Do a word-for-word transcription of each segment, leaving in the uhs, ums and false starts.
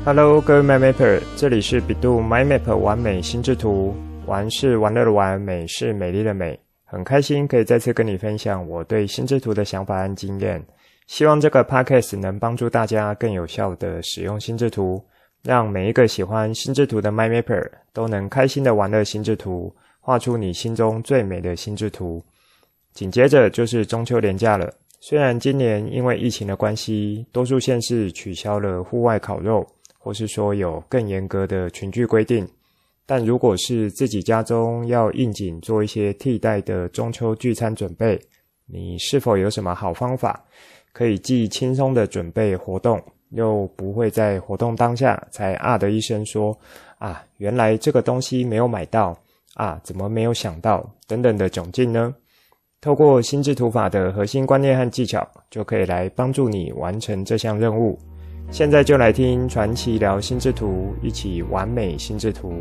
Hello， 各位 MyMapper， 这里是比度 MyMap 完美心智图，玩是玩乐的玩，美是美丽的美。很开心可以再次跟你分享我对心智图的想法和经验，希望这个 Podcast 能帮助大家更有效的使用心智图，让每一个喜欢心智图的 MyMapper 都能开心的玩乐心智图，画出你心中最美的心智图。紧接着就是中秋连假了，虽然今年因为疫情的关系，多数县市取消了户外烤肉，或是说有更严格的群聚规定，但如果是自己家中要应景做一些替代的中秋聚餐准备，你是否有什么好方法，可以既轻松的准备活动，又不会在活动当下才啊的一声说啊，原来这个东西没有买到啊，怎么没有想到等等的窘境呢？透过心智图法的核心观念和技巧，就可以来帮助你完成这项任务。现在就来听传奇聊心智图，一起完美心智图。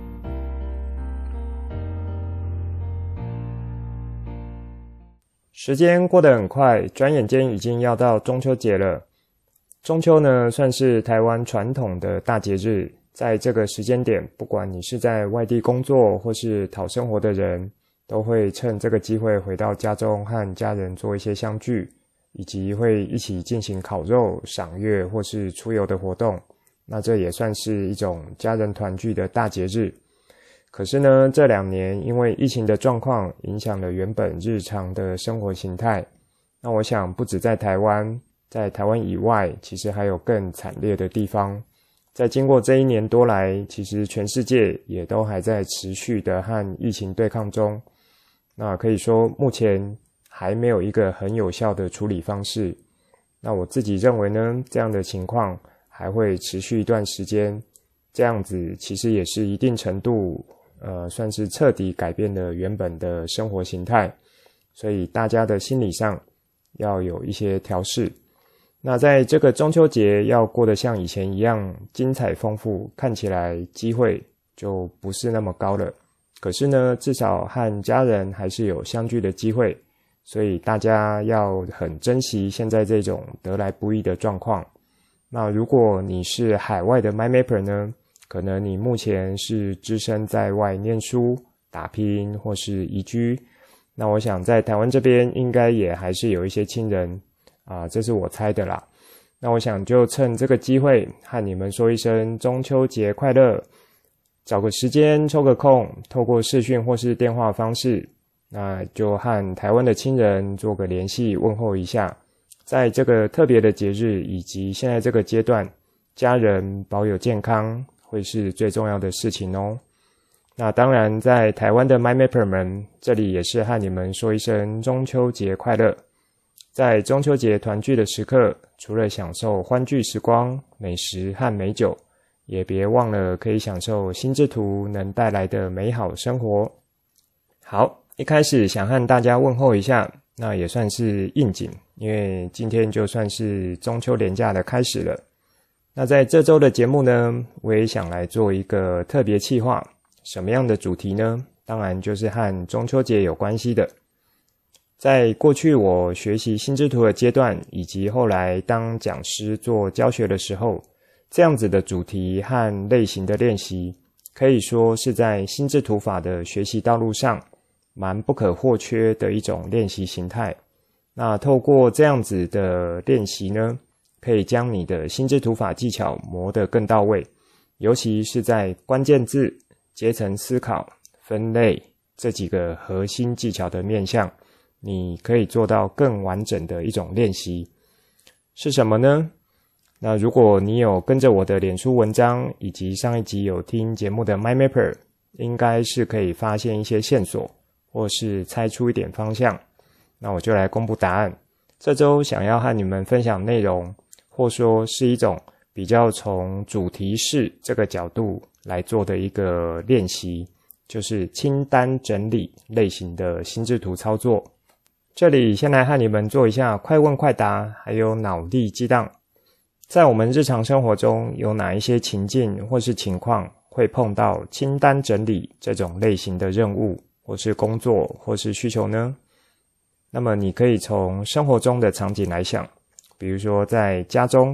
时间过得很快，转眼间已经要到中秋节了。中秋呢，算是台湾传统的大节日，在这个时间点，不管你是在外地工作或是讨生活的人，都会趁这个机会回到家中和家人做一些相聚，以及会一起进行烤肉、赏月或是出游的活动。那这也算是一种家人团聚的大节日。可是呢，这两年因为疫情的状况，影响了原本日常的生活形态。那我想不止在台湾，在台湾以外，其实还有更惨烈的地方。在经过这一年多来，其实全世界也都还在持续的和疫情对抗中。那可以说目前还没有一个很有效的处理方式。那我自己认为呢，这样的情况还会持续一段时间。这样子其实也是一定程度呃，算是彻底改变了原本的生活形态。所以大家的心理上要有一些调试。那在这个中秋节要过得像以前一样精彩丰富，看起来机会就不是那么高了。可是呢，至少和家人还是有相聚的机会，所以大家要很珍惜现在这种得来不易的状况。那如果你是海外的 MyMapper 呢，可能你目前是只身在外念书、打拼或是移居，那我想在台湾这边应该也还是有一些亲人啊，这是我猜的啦。那我想就趁这个机会和你们说一声中秋节快乐，找个时间抽个空，透过视讯或是电话方式，那就和台湾的亲人做个联系问候一下。在这个特别的节日以及现在这个阶段，家人保有健康会是最重要的事情哦。那当然在台湾的 MyMapper 们，这里也是和你们说一声中秋节快乐。在中秋节团聚的时刻，除了享受欢聚时光、美食和美酒，也别忘了可以享受心智图能带来的美好生活。好，一开始想和大家问候一下，那也算是应景，因为今天就算是中秋连假的开始了。那在这周的节目呢，我也想来做一个特别企划。什么样的主题呢？当然就是和中秋节有关系的。在过去我学习心智图的阶段，以及后来当讲师做教学的时候，这样子的主题和类型的练习，可以说是在心智图法的学习道路上蛮不可或缺的一种练习形态。那透过这样子的练习呢，可以将你的心智图法技巧磨得更到位，尤其是在关键字、阶层思考、分类这几个核心技巧的面向，你可以做到更完整的一种练习。是什么呢？那如果你有跟着我的脸书文章，以及上一集有听节目的 MyMapper， 应该是可以发现一些线索，或是猜出一点方向。那我就来公布答案。这周想要和你们分享内容，或说是一种比较从主题式这个角度来做的一个练习，就是清单整理类型的心智图操作。这里先来和你们做一下快问快答，还有脑力激荡。在我们日常生活中，有哪一些情境或是情况会碰到清单整理这种类型的任务，或是工作，或是需求呢？那么你可以从生活中的场景来想，比如说在家中，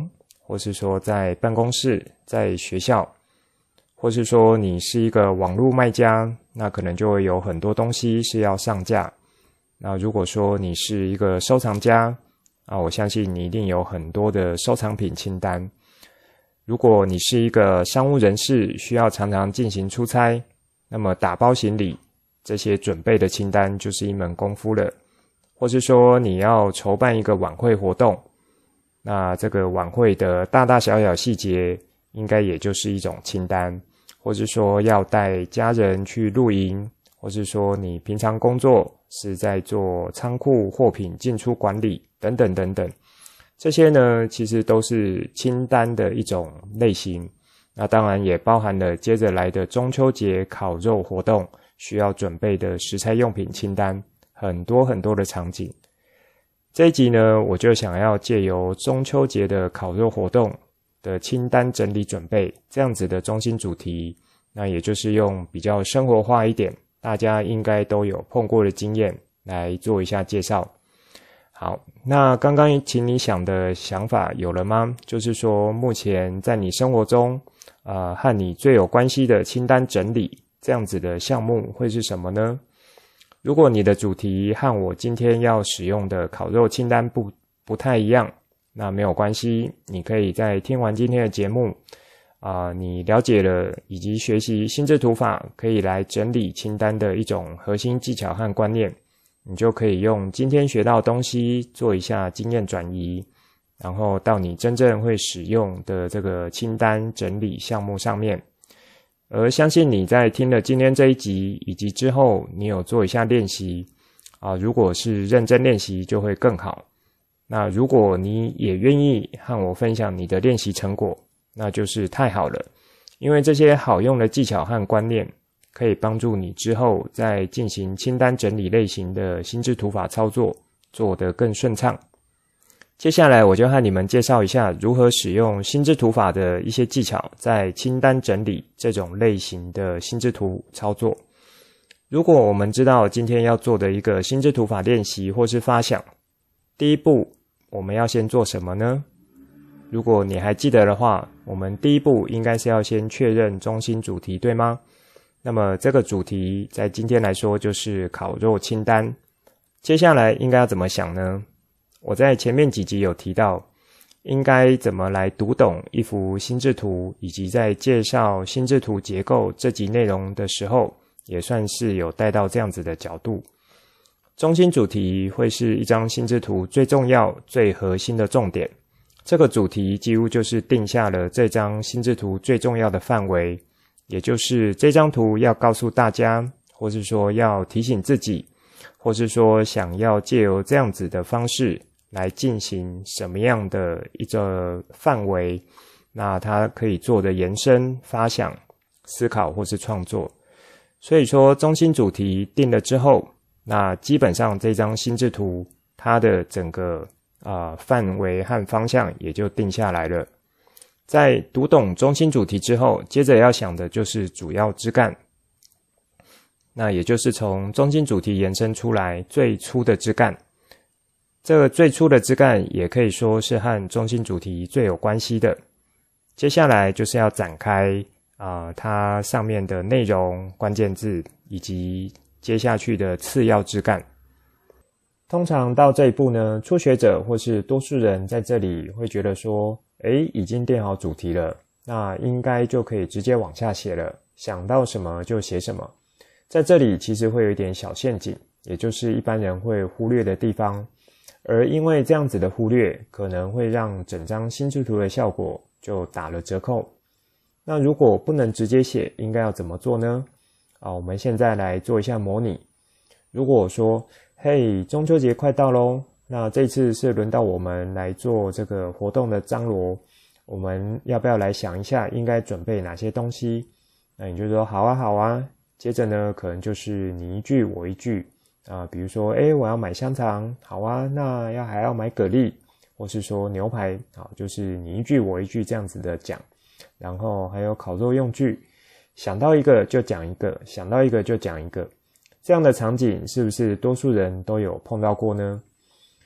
或是说在办公室、在学校，或是说你是一个网络卖家，那可能就会有很多东西是要上架。那如果说你是一个收藏家啊，我相信你一定有很多的收藏品清单。如果你是一个商务人士，需要常常进行出差，那么打包行李这些准备的清单就是一门功夫了。或是说你要筹办一个晚会活动，那这个晚会的大大小小细节应该也就是一种清单。或是说要带家人去露营，或是说你平常工作是在做仓库货品进出管理等等等等，这些呢其实都是清单的一种类型。那当然也包含了接着来的中秋节烤肉活动需要准备的食材用品清单，很多很多的场景。这一集呢，我就想要借由中秋节的烤肉活动的清单整理准备这样子的中心主题，那也就是用比较生活化一点，大家应该都有碰过的经验来做一下介绍。好，那刚刚请你想的想法有了吗？就是说目前在你生活中呃，和你最有关系的清单整理这样子的项目会是什么呢？如果你的主题和我今天要使用的烤肉清单不不太一样，那没有关系，你可以在听完今天的节目啊、呃，你了解了以及学习心智图法可以来整理清单的一种核心技巧和观念，你就可以用今天学到的东西做一下经验转移，然后到你真正会使用的这个清单整理项目上面。而相信你在听了今天这一集以及之后你有做一下练习啊，如果是认真练习就会更好。那如果你也愿意和我分享你的练习成果，那就是太好了，因为这些好用的技巧和观念可以帮助你之后在进行清单整理类型的心智图法操作做得更顺畅。接下来我就和你们介绍一下如何使用心智图法的一些技巧在清单整理这种类型的心智图操作。如果我们知道今天要做的一个心智图法练习或是发想，第一步我们要先做什么呢？如果你还记得的话，我们第一步应该是要先确认中心主题，对吗？那么这个主题在今天来说就是烤肉清单。接下来应该要怎么想呢？我在前面几集有提到应该怎么来读懂一幅心智图，以及在介绍心智图结构这集内容的时候也算是有带到这样子的角度。中心主题会是一张心智图最重要最核心的重点，这个主题几乎就是定下了这张心智图最重要的范围，也就是这张图要告诉大家，或是说要提醒自己，或是说想要借由这样子的方式来进行什么样的一个范围，那它可以做的延伸、发想、思考或是创作。所以说中心主题定了之后，那基本上这张心智图它的整个啊、呃、范围和方向也就定下来了。在读懂中心主题之后，接着要想的就是主要枝干，那也就是从中心主题延伸出来最初的枝干。这个最初的枝干也可以说是和中心主题最有关系的。接下来就是要展开啊、呃，它上面的内容、关键字以及接下去的次要枝干。通常到这一步呢，初学者或是多数人在这里会觉得说，诶，已经定好主题了，那应该就可以直接往下写了，想到什么就写什么。在这里其实会有一点小陷阱，也就是一般人会忽略的地方。而因为这样子的忽略，可能会让整张心智图的效果就打了折扣。那如果不能直接写，应该要怎么做呢？啊，我们现在来做一下模拟。如果我说，嘿，中秋节快到咯，那这次是轮到我们来做这个活动的张罗，我们要不要来想一下应该准备哪些东西？那你就说好啊好啊，接着呢可能就是你一句我一句啊、呃，比如说诶我要买香肠，好啊，那要还要买蛤蜊，或是说牛排，好，就是你一句我一句这样子的讲。然后还有烤肉用具，想到一个就讲一个，想到一个就讲一个，这样的场景是不是多数人都有碰到过呢？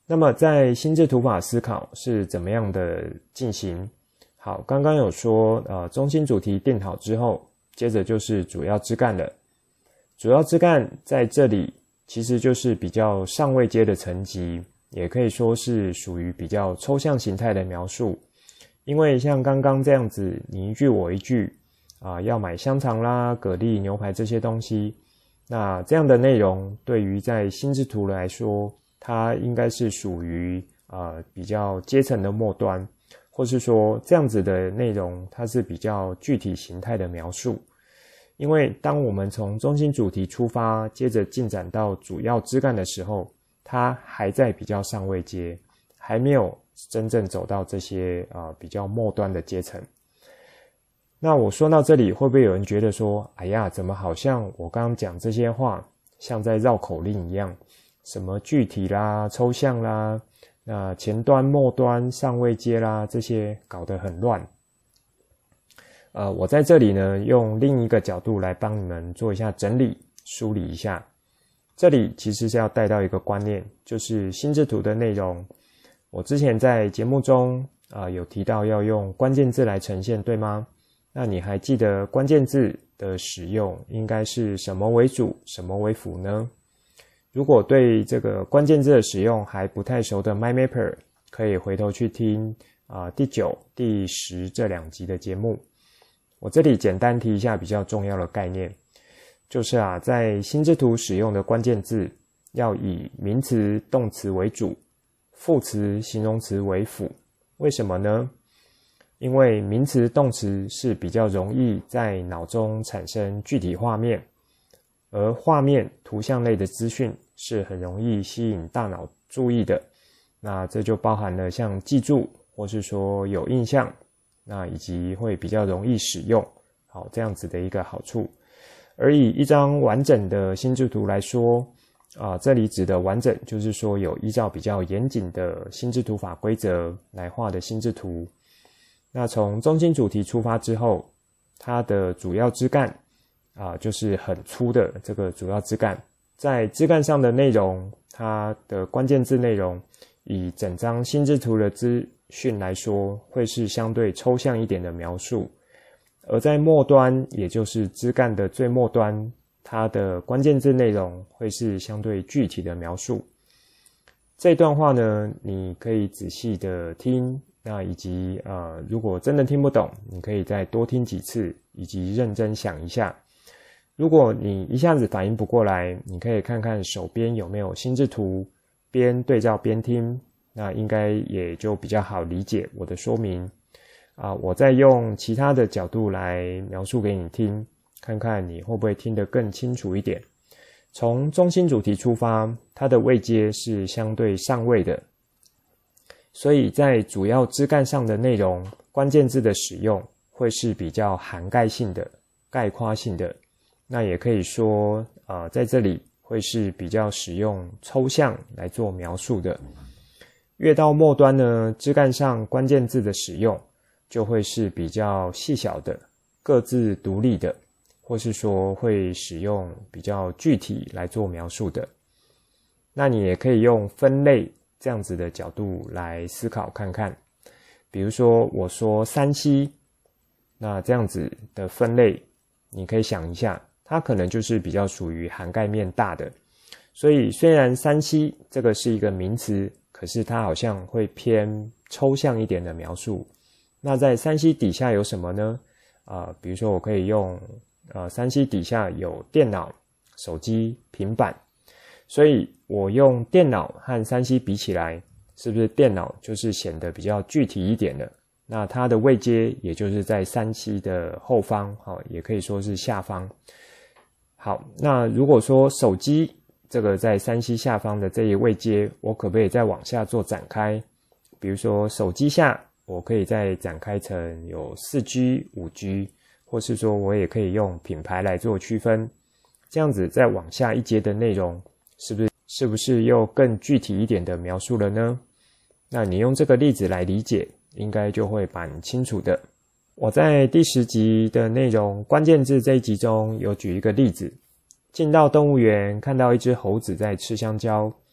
那么在心智图法思考是怎么样的进行？好，刚刚有说呃，中心主题定好之后，接着就是主要枝干了。主要枝干在这里其实就是比较上位阶的层级，也可以说是属于比较抽象形态的描述。因为像刚刚这样子，你一句我一句啊、呃，要买香肠啦、蛤蜊、牛排这些东西，那这样的内容对于在心智图来说，它应该是属于呃比较阶层的末端，或是说这样子的内容它是比较具体形态的描述。因为当我们从中心主题出发，接着进展到主要枝干的时候，它还在比较上位阶，还没有真正走到这些呃比较末端的阶层。那我说到这里，会不会有人觉得说，哎呀，怎么好像我刚刚讲这些话像在绕口令一样，什么具体啦、抽象啦，那前端、末端、上位阶啦，这些搞得很乱。呃，我在这里呢，用另一个角度来帮你们做一下整理、梳理一下。这里其实是要带到一个观念，就是心智图的内容。我之前在节目中啊、呃、有提到要用关键字来呈现，对吗？那你还记得关键字的使用应该是什么为主，什么为辅呢？如果对这个关键字的使用还不太熟的 MyMapper， 可以回头去听啊、呃、第九、第十这两集的节目。我这里简单提一下比较重要的概念，就是啊，在心智图使用的关键字要以名词、动词为主，副词、形容词为辅。为什么呢？因为名词、动词是比较容易在脑中产生具体画面，而画面、图像类的资讯是很容易吸引大脑注意的。那这就包含了像记住，或是说有印象，那以及会比较容易使用，好，这样子的一个好处。而以一张完整的心智图来说，啊、呃，这里指的完整就是说有依照比较严谨的心智图法规则来画的心智图。那从中心主题出发之后，它的主要枝干啊、呃，就是很粗的这个主要枝干，在枝干上的内容，它的关键字内容，以整张心智图的资讯来说，会是相对抽象一点的描述。而在末端，也就是枝干的最末端，它的关键字内容会是相对具体的描述。这段话呢，你可以仔细的听，那以及呃，如果真的听不懂，你可以再多听几次，以及认真想一下。如果你一下子反应不过来，你可以看看手边有没有心智图，边对照边听，那应该也就比较好理解我的说明。啊，我再用其他的角度来描述给你听，看看你会不会听得更清楚一点。从中心主题出发，它的位阶是相对上位的，所以在主要枝干上的内容，关键字的使用会是比较涵盖性的、概括性的。那也可以说，呃，在这里会是比较使用抽象来做描述的。越到末端呢，枝干上关键字的使用就会是比较细小的、各自独立的，或是说会使用比较具体来做描述的。那你也可以用分类这样子的角度来思考看看。比如说我说三 C， 那这样子的分类，你可以想一下，它可能就是比较属于涵盖面大的。所以虽然三 C 这个是一个名词，可是它好像会偏抽象一点的描述。那在三 C 底下有什么呢？啊、呃，比如说我可以用呃三 C 底下有电脑、手机、平板，所以我用电脑和三 C 比起来，是不是电脑就是显得比较具体一点的？那它的位阶也就是在三 C 的后方，好、哦，也可以说是下方。好，那如果说手机这个在三 C 下方的这一位阶，我可不可以再往下做展开？比如说手机下，我可以再展开成有 四 G、五 G， 或是说我也可以用品牌来做区分。这样子再往下一阶的内容，是不是是不是又更具体一点的描述了呢？那你用这个例子来理解，应该就会蛮清楚的。我在第十集的内容关键字这一集中有举一个例子，进到动物园看到一只猴子在吃香蕉，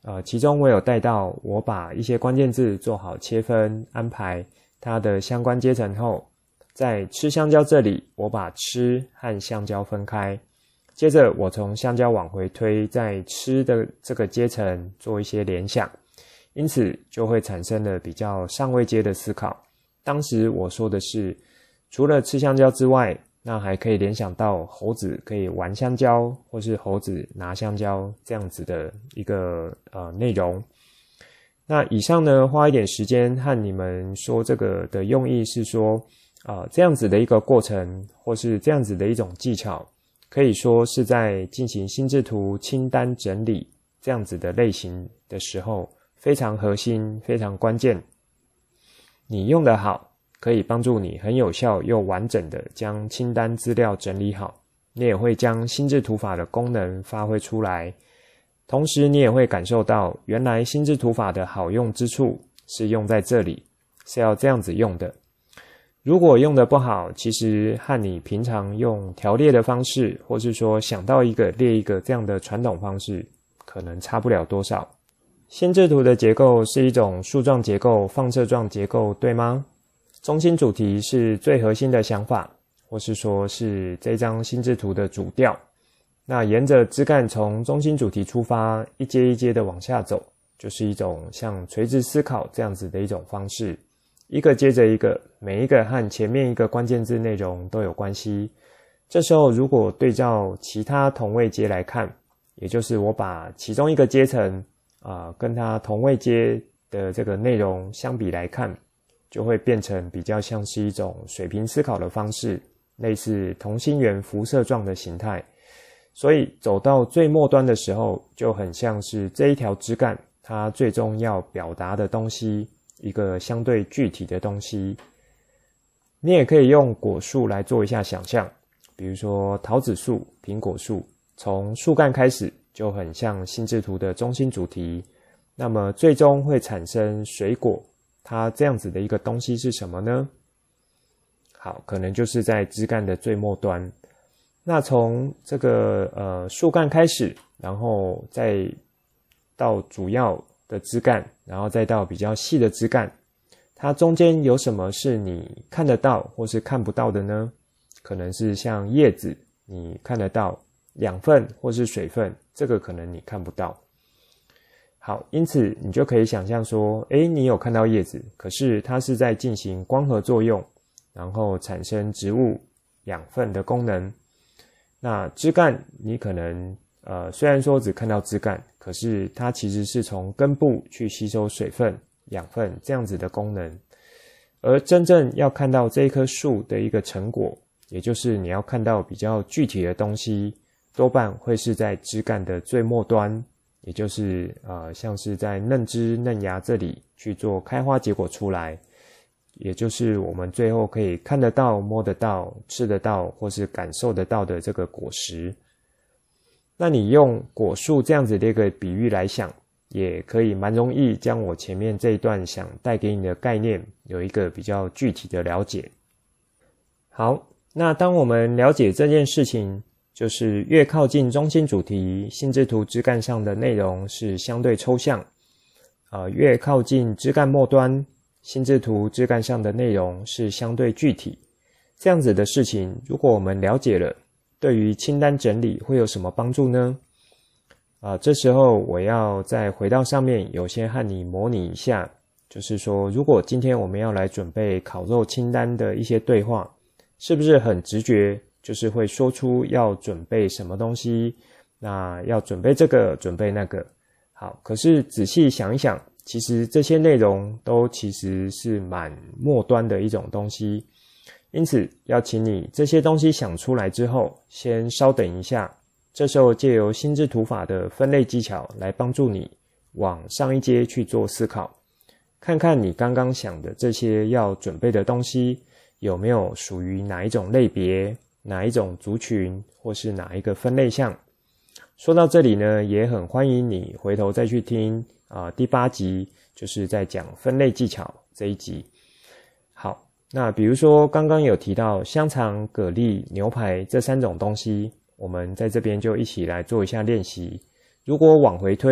呃，其中我有带到我把一些关键字做好切分安排它的相关阶层后，在吃香蕉这里我把吃和香蕉分开，接着我从香蕉往回推，在吃的这个阶层做一些联想，因此就会产生了比较上位阶的思考。当时我说的是，除了吃香蕉之外，那还可以联想到猴子可以玩香蕉，或是猴子拿香蕉这样子的一个呃内容。那以上呢，花一点时间和你们说这个的用意是说，呃这样子的一个过程，或是这样子的一种技巧，可以说是在进行心智图清单整理这样子的类型的时候，非常核心、非常关键。你用得好，可以帮助你很有效又完整的将清单资料整理好，你也会将心智图法的功能发挥出来，同时你也会感受到原来心智图法的好用之处是用在这里，是要这样子用的。如果用得不好，其实和你平常用条列的方式，或是说想到一个列一个这样的传统方式，可能差不了多少。心智图的结构是一种树状结构、放射状结构，对吗？中心主题是最核心的想法，或是说是这张心智图的主调。那沿着枝干从中心主题出发，一阶一阶的往下走，就是一种像垂直思考这样子的一种方式，一个接着一个，每一个和前面一个关键字内容都有关系。这时候如果对照其他同位阶来看，也就是我把其中一个阶层啊、呃、跟它同位阶的这个内容相比来看，就会变成比较像是一种水平思考的方式，类似同心圆辐射状的形态。所以走到最末端的时候，就很像是这一条枝干它最终要表达的东西，一个相对具体的东西。你也可以用果树来做一下想象，比如说桃子树、苹果树，从树干开始就很像心智图的中心主题，那么最终会产生水果，它这样子的一个东西是什么呢？好，可能就是在枝干的最末端。那从这个呃树干开始，然后再到主要的枝干，然后再到比较细的枝干，它中间有什么是你看得到或是看不到的呢？可能是像叶子，你看得到；养分或是水分，这个可能你看不到。好，因此你就可以想象说，诶，你有看到叶子，可是它是在进行光合作用，然后产生植物养分的功能。那枝干你可能呃虽然说只看到枝干，可是它其实是从根部去吸收水分、养分这样子的功能。而真正要看到这一棵树的一个成果，也就是你要看到比较具体的东西，多半会是在枝干的最末端，也就是呃像是在嫩枝嫩芽这里去做开花结果出来，也就是我们最后可以看得到、摸得到、吃得到或是感受得到的这个果实。那你用果树这样子的一个比喻来想，也可以蛮容易将我前面这一段想带给你的概念有一个比较具体的了解。好，那当我们了解这件事情，就是越靠近中心主题，心智图枝干上的内容是相对抽象，呃，越靠近枝干末端，心智图枝干上的内容是相对具体。这样子的事情，如果我们了解了，对于清单整理会有什么帮助呢？啊、呃，这时候我要再回到上面，有先和你模拟一下，就是说，如果今天我们要来准备烤肉清单的一些对话，是不是很直觉，就是会说出要准备什么东西，那要准备这个，准备那个。好，可是仔细想一想，其实这些内容都其实是蛮末端的一种东西，因此要请你这些东西想出来之后，先稍等一下，这时候借由心智图法的分类技巧来帮助你往上一阶去做思考，看看你刚刚想的这些要准备的东西有没有属于哪一种类别、哪一种族群，或是哪一个分类项。说到这里呢，也很欢迎你回头再去听啊、呃、第八集，就是在讲分类技巧这一集。好，那比如说刚刚有提到香肠、蛤蜊、牛排这三种东西，我们在这边就一起来做一下练习。如果往回推，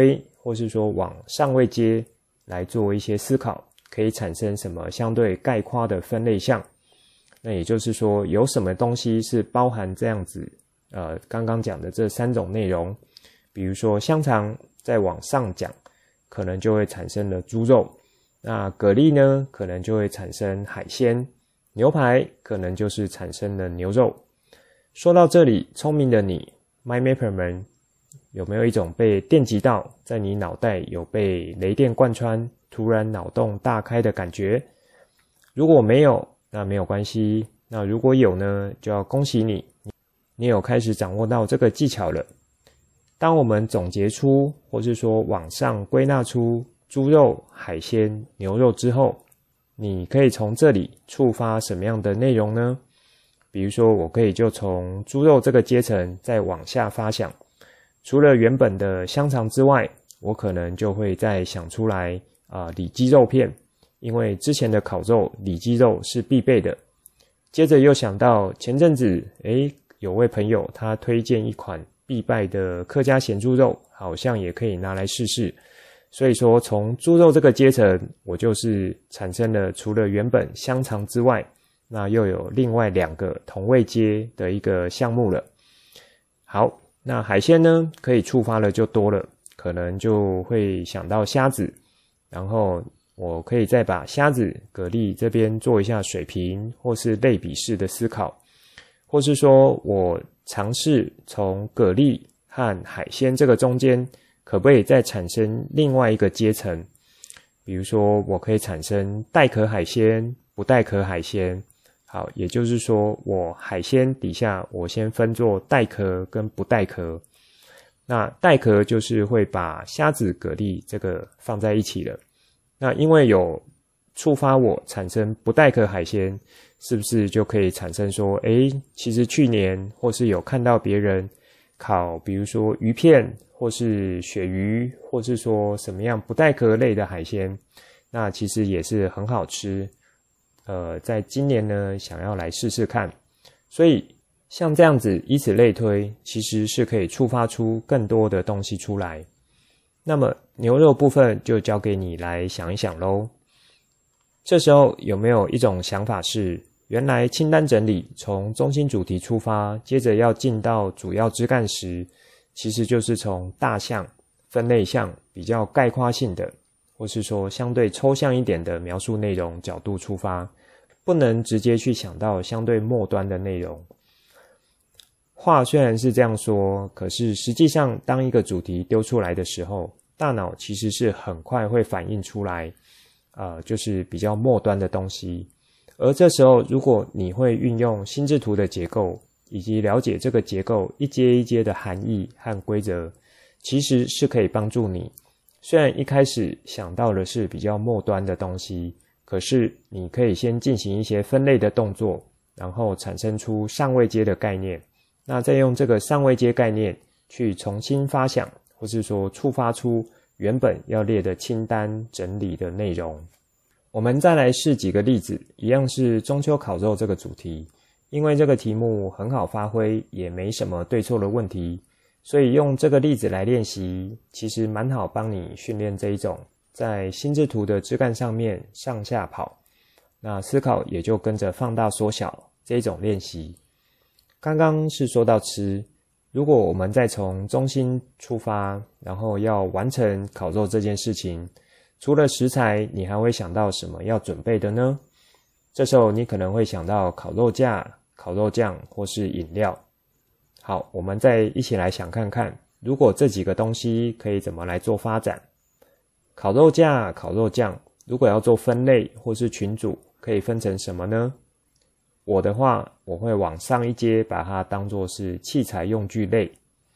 或是说往上位阶来做一些思考，可以产生什么相对概括的分类项。那也就是说，有什么东西是包含这样子呃刚刚讲的这三种内容。比如说香肠再往上讲，可能就会产生了猪肉，那蛤蜊呢可能就会产生海鲜，牛排可能就是产生了牛肉。说到这里，聪明的你 MyMapper 们有没有一种被电击到，在你脑袋有被雷电贯穿，突然脑洞大开的感觉？如果没有，那没有关系，那如果有呢，就要恭喜你，你有开始掌握到这个技巧了。当我们总结出或是说往上归纳出猪肉、海鲜、牛肉之后，你可以从这里触发什么样的内容呢？比如说我可以就从猪肉这个阶层再往下发想，除了原本的香肠之外，我可能就会再想出来啊、呃、里脊肉片，因为之前的烤肉里脊肉是必备的。接着又想到前阵子诶有位朋友他推荐一款必败的客家咸猪肉，好像也可以拿来试试。所以说从猪肉这个阶层，我就是产生了除了原本香肠之外，那又有另外两个同位阶的一个项目了。好，那海鲜呢可以触发了就多了，可能就会想到虾子，然后我可以再把虾子、蛤蜊这边做一下水平或是类比式的思考，或是说我尝试从蛤蜊和海鲜这个中间，可不可以再产生另外一个阶层？比如说，我可以产生带壳海鲜、不带壳海鲜。好，也就是说，我海鲜底下我先分作带壳跟不带壳。那带壳就是会把虾子、蛤蜊这个放在一起了。那因为有触发我产生不带壳海鲜，是不是就可以产生说，诶，其实去年或是有看到别人烤，比如说鱼片，或是鳕鱼，或是说什么样不带壳类的海鲜，那其实也是很好吃。呃，在今年呢，想要来试试看。所以像这样子，以此类推，其实是可以触发出更多的东西出来。那么牛肉部分就交给你来想一想咯。这时候有没有一种想法是，原来清单整理从中心主题出发，接着要进到主要枝干时，其实就是从大项、分类项比较概括性的，或是说相对抽象一点的描述内容角度出发，不能直接去想到相对末端的内容。话虽然是这样说，可是实际上当一个主题丢出来的时候，大脑其实是很快会反映出来呃，就是比较末端的东西。而这时候如果你会运用心智图的结构，以及了解这个结构一阶一阶的含义和规则，其实是可以帮助你。虽然一开始想到的是比较末端的东西，可是你可以先进行一些分类的动作，然后产生出上位阶的概念，那再用这个上位阶概念去重新发想，或是说触发出原本要列的清单整理的内容。我们再来试几个例子，一样是中秋烤肉这个主题，因为这个题目很好发挥，也没什么对错的问题，所以用这个例子来练习，其实蛮好帮你训练这一种在心智图的枝干上面上下跑，那思考也就跟着放大缩小这一种练习。刚刚是说到吃，如果我们再从中心出发，然后要完成烤肉这件事情，除了食材，你还会想到什么要准备的呢？这时候你可能会想到烤肉架、烤肉酱或是饮料。好，我们再一起来想看看，如果这几个东西可以怎么来做发展。烤肉架、烤肉酱，如果要做分类或是群组，可以分成什么呢？我的话，我会往上一阶把它当作是器材用具类。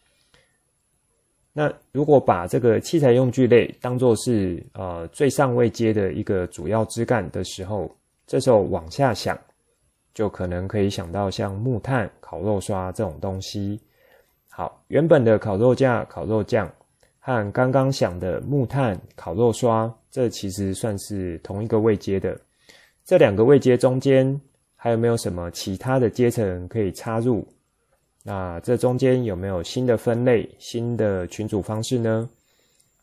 那如果把这个器材用具类当作是呃最上位阶的一个主要枝干的时候，这时候往下想，就可能可以想到像木炭、烤肉刷这种东西。好，原本的烤肉架、烤肉酱和刚刚想的木炭、烤肉刷，这其实算是同一个位阶的。这两个位阶中间还有没有什么其他的阶层可以插入？那这中间有没有新的分类、新的群组方式呢？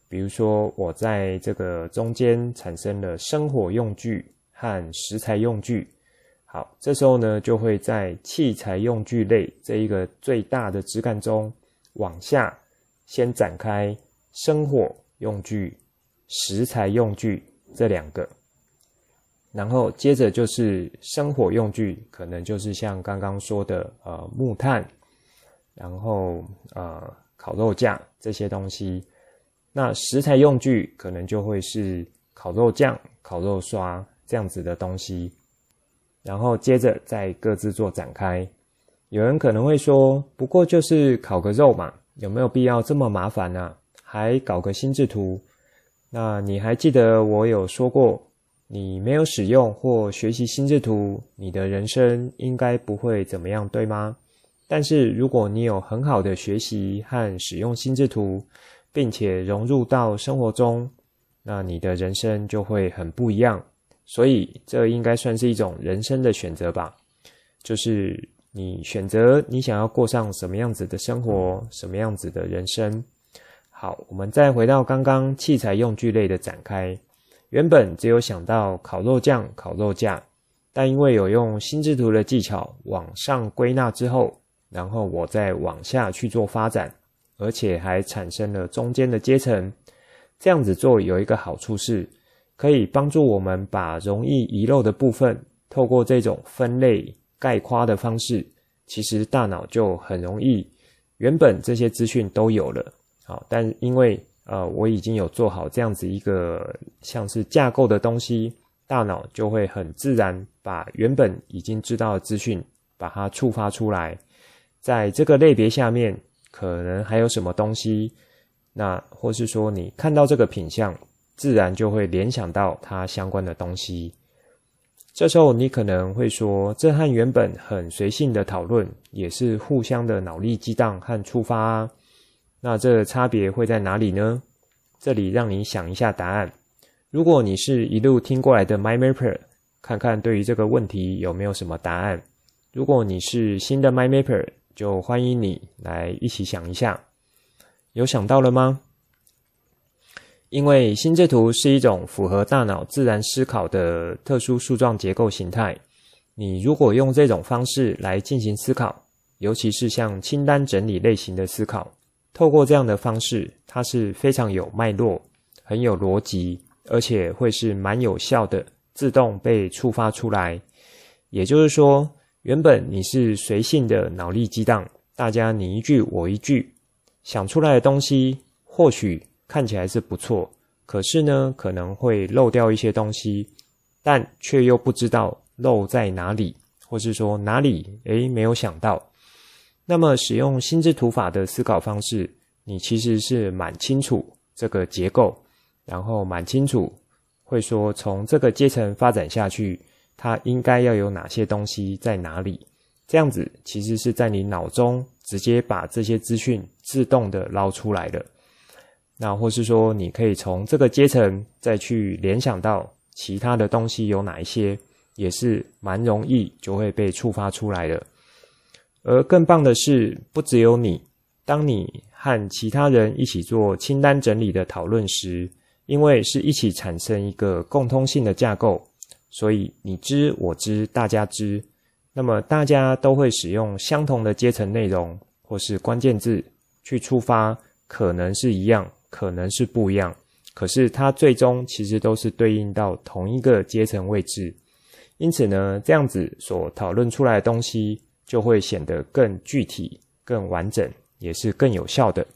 比如说我在这个中间产生了生火用具和食材用具，好，这时候呢就会在器材用具类这一个最大的枝干中往下先展开生火用具、食材用具这两个，然后接着就是生火用具，可能就是像刚刚说的呃木炭，然后呃烤肉架这些东西。那食材用具可能就会是烤肉酱、烤肉刷这样子的东西，然后接着再各自做展开。有人可能会说，不过就是烤个肉嘛，有没有必要这么麻烦啊？还搞个心智图？那你还记得我有说过，你没有使用或学习心智图，你的人生应该不会怎么样，对吗？但是如果你有很好的学习和使用心智图，并且融入到生活中，那你的人生就会很不一样。所以这应该算是一种人生的选择吧，就是你选择你想要过上什么样子的生活，什么样子的人生。好，我们再回到刚刚器材用具类的展开。原本只有想到烤肉酱、烤肉架，但因为有用心智图的技巧往上归纳之后，然后我再往下去做发展，而且还产生了中间的阶层。这样子做有一个好处是，可以帮助我们把容易遗漏的部分，透过这种分类概括的方式，其实大脑就很容易，原本这些资讯都有了，好，但因为呃我已经有做好这样子一个像是架构的东西，大脑就会很自然把原本已经知道的资讯把它触发出来。在这个类别下面可能还有什么东西，那或是说你看到这个品项，自然就会联想到它相关的东西。这时候你可能会说，这和原本很随性的讨论也是互相的脑力激荡和触发啊。那这差别会在哪里呢？这里让你想一下答案。如果你是一路听过来的 MyMapper， 看看对于这个问题有没有什么答案。如果你是新的 MyMapper， 就欢迎你来一起想一下。有想到了吗？因为心智图是一种符合大脑自然思考的特殊树状结构形态，你如果用这种方式来进行思考，尤其是像清单整理类型的思考，透过这样的方式，它是非常有脉络，很有逻辑，而且会是蛮有效的，自动被触发出来。也就是说，原本你是随性的脑力激荡，大家你一句我一句，想出来的东西或许看起来是不错，可是呢，可能会漏掉一些东西，但却又不知道漏在哪里，或是说哪里诶没有想到。那么使用心智图法的思考方式，你其实是蛮清楚这个结构，然后蛮清楚会说从这个阶层发展下去，它应该要有哪些东西在哪里。这样子其实是在你脑中直接把这些资讯自动的捞出来的。那或是说你可以从这个阶层再去联想到其他的东西有哪一些，也是蛮容易就会被触发出来的。而更棒的是，不只有你，当你和其他人一起做清单整理的讨论时，因为是一起产生一个共通性的架构，所以你知我知大家知，那么大家都会使用相同的阶层内容或是关键字去触发，可能是一样，可能是不一样，可是它最终其实都是对应到同一个阶层位置。因此呢，这样子所讨论出来的东西就会显得更具体、更完整，也是更有效的。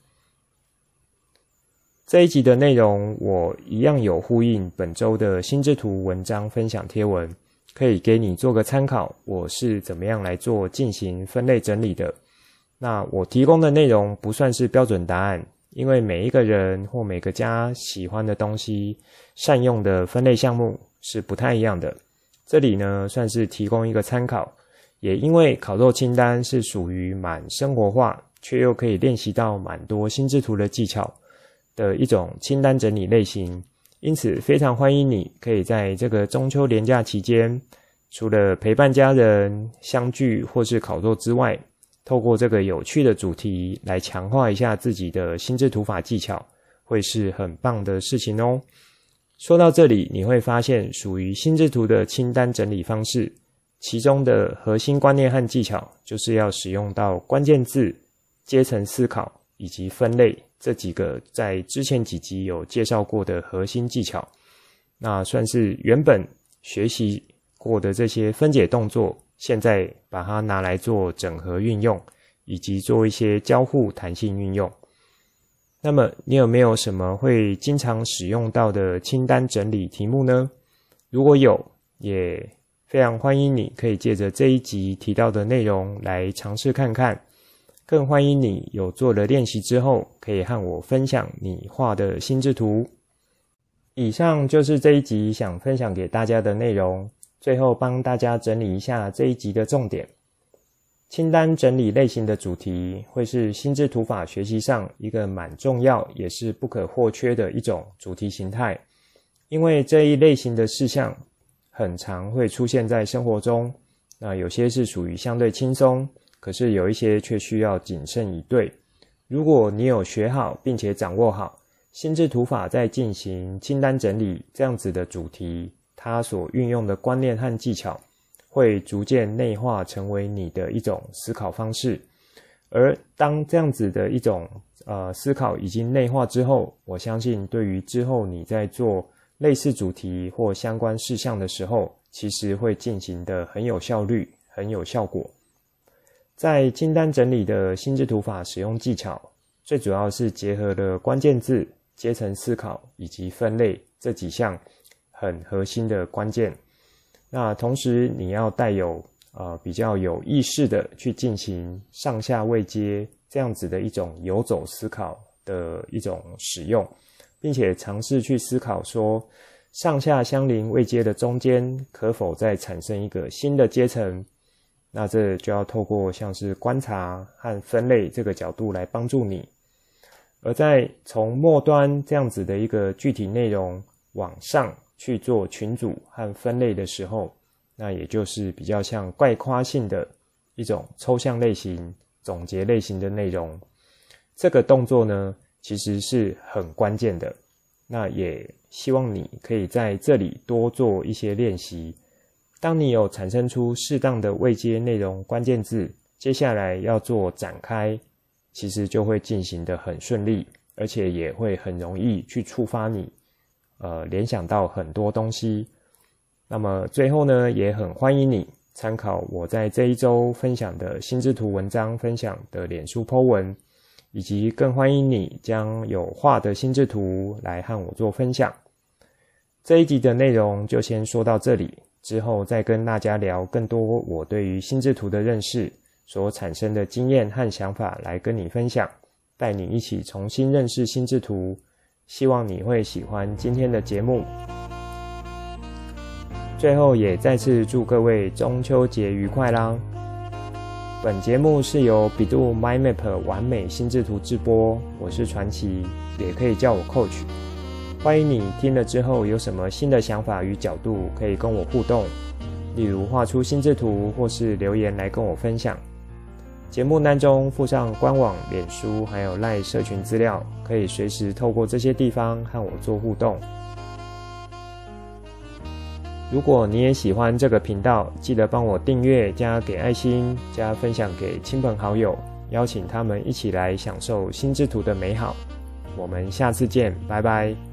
这一集的内容我一样有呼应本周的心智图文章分享贴文，可以给你做个参考，我是怎么样来做进行分类整理的。那我提供的内容不算是标准答案，因为每一个人或每个家喜欢的东西，善用的分类项目是不太一样的。这里呢，算是提供一个参考，也因为烤肉清单是属于蛮生活化，却又可以练习到蛮多心智图的技巧的一种清单整理类型，因此非常欢迎你可以在这个中秋连假期间，除了陪伴家人相聚或是烤肉之外，透过这个有趣的主题来强化一下自己的心智图法技巧， 会是很棒的事情哦。说到这里，你会发现属于心智图的清单整理方式，其中的核心观念和技巧，就是要使用到关键字、阶层思考以及分类这几个在之前几集有介绍过的核心技巧。那算是原本学习过的这些分解动作，现在把它拿来做整合运用，以及做一些交互弹性运用。那么你有没有什么会经常使用到的清单整理题目呢？如果有，也非常欢迎你可以借着这一集提到的内容来尝试看看，更欢迎你有做了练习之后，可以和我分享你画的心智图。以上就是这一集想分享给大家的内容，最后帮大家整理一下这一集的重点。清单整理类型的主题会是心智图法学习上一个蛮重要也是不可或缺的一种主题形态，因为这一类型的事项很常会出现在生活中，那有些是属于相对轻松，可是有一些却需要谨慎以对。如果你有学好并且掌握好心智图法在进行清单整理这样子的主题，它所运用的观念和技巧会逐渐内化成为你的一种思考方式。而当这样子的一种呃思考已经内化之后，我相信对于之后你在做类似主题或相关事项的时候，其实会进行的很有效率，很有效果。在清单整理的心智图法使用技巧，最主要是结合了关键字、阶层思考以及分类这几项很核心的关键。那同时你要带有呃比较有意识的去进行上下位阶这样子的一种游走思考的一种使用，并且尝试去思考说上下相邻位阶的中间可否再产生一个新的阶层。那这就要透过像是观察和分类这个角度来帮助你。而在从末端这样子的一个具体内容往上去做群组和分类的时候，那也就是比较像概括性的一种抽象类型、总结类型的内容。这个动作呢，其实是很关键的。那也希望你可以在这里多做一些练习。当你有产生出适当的位阶内容关键字，接下来要做展开，其实就会进行得很顺利，而且也会很容易去触发你呃，联想到很多东西。那么最后呢，也很欢迎你参考我在这一周分享的心智图文章分享的脸书 po 文，以及更欢迎你将有画的心智图来和我做分享。这一集的内容就先说到这里，之后再跟大家聊更多我对于心智图的认识所产生的经验和想法来跟你分享，带你一起重新认识心智图。希望你会喜欢今天的节目。最后也再次祝各位中秋节愉快啦！本节目是由比度 MindMap 完美心智图制播，我是传奇，也可以叫我 Coach。欢迎你听了之后有什么新的想法与角度可以跟我互动，例如画出心智图或是留言来跟我分享。节目单中附上官网、脸书还有 LINE 社群资料，可以随时透过这些地方和我做互动。如果你也喜欢这个频道，记得帮我订阅、加给爱心、加分享给亲朋好友，邀请他们一起来享受心智图的美好。我们下次见，拜拜。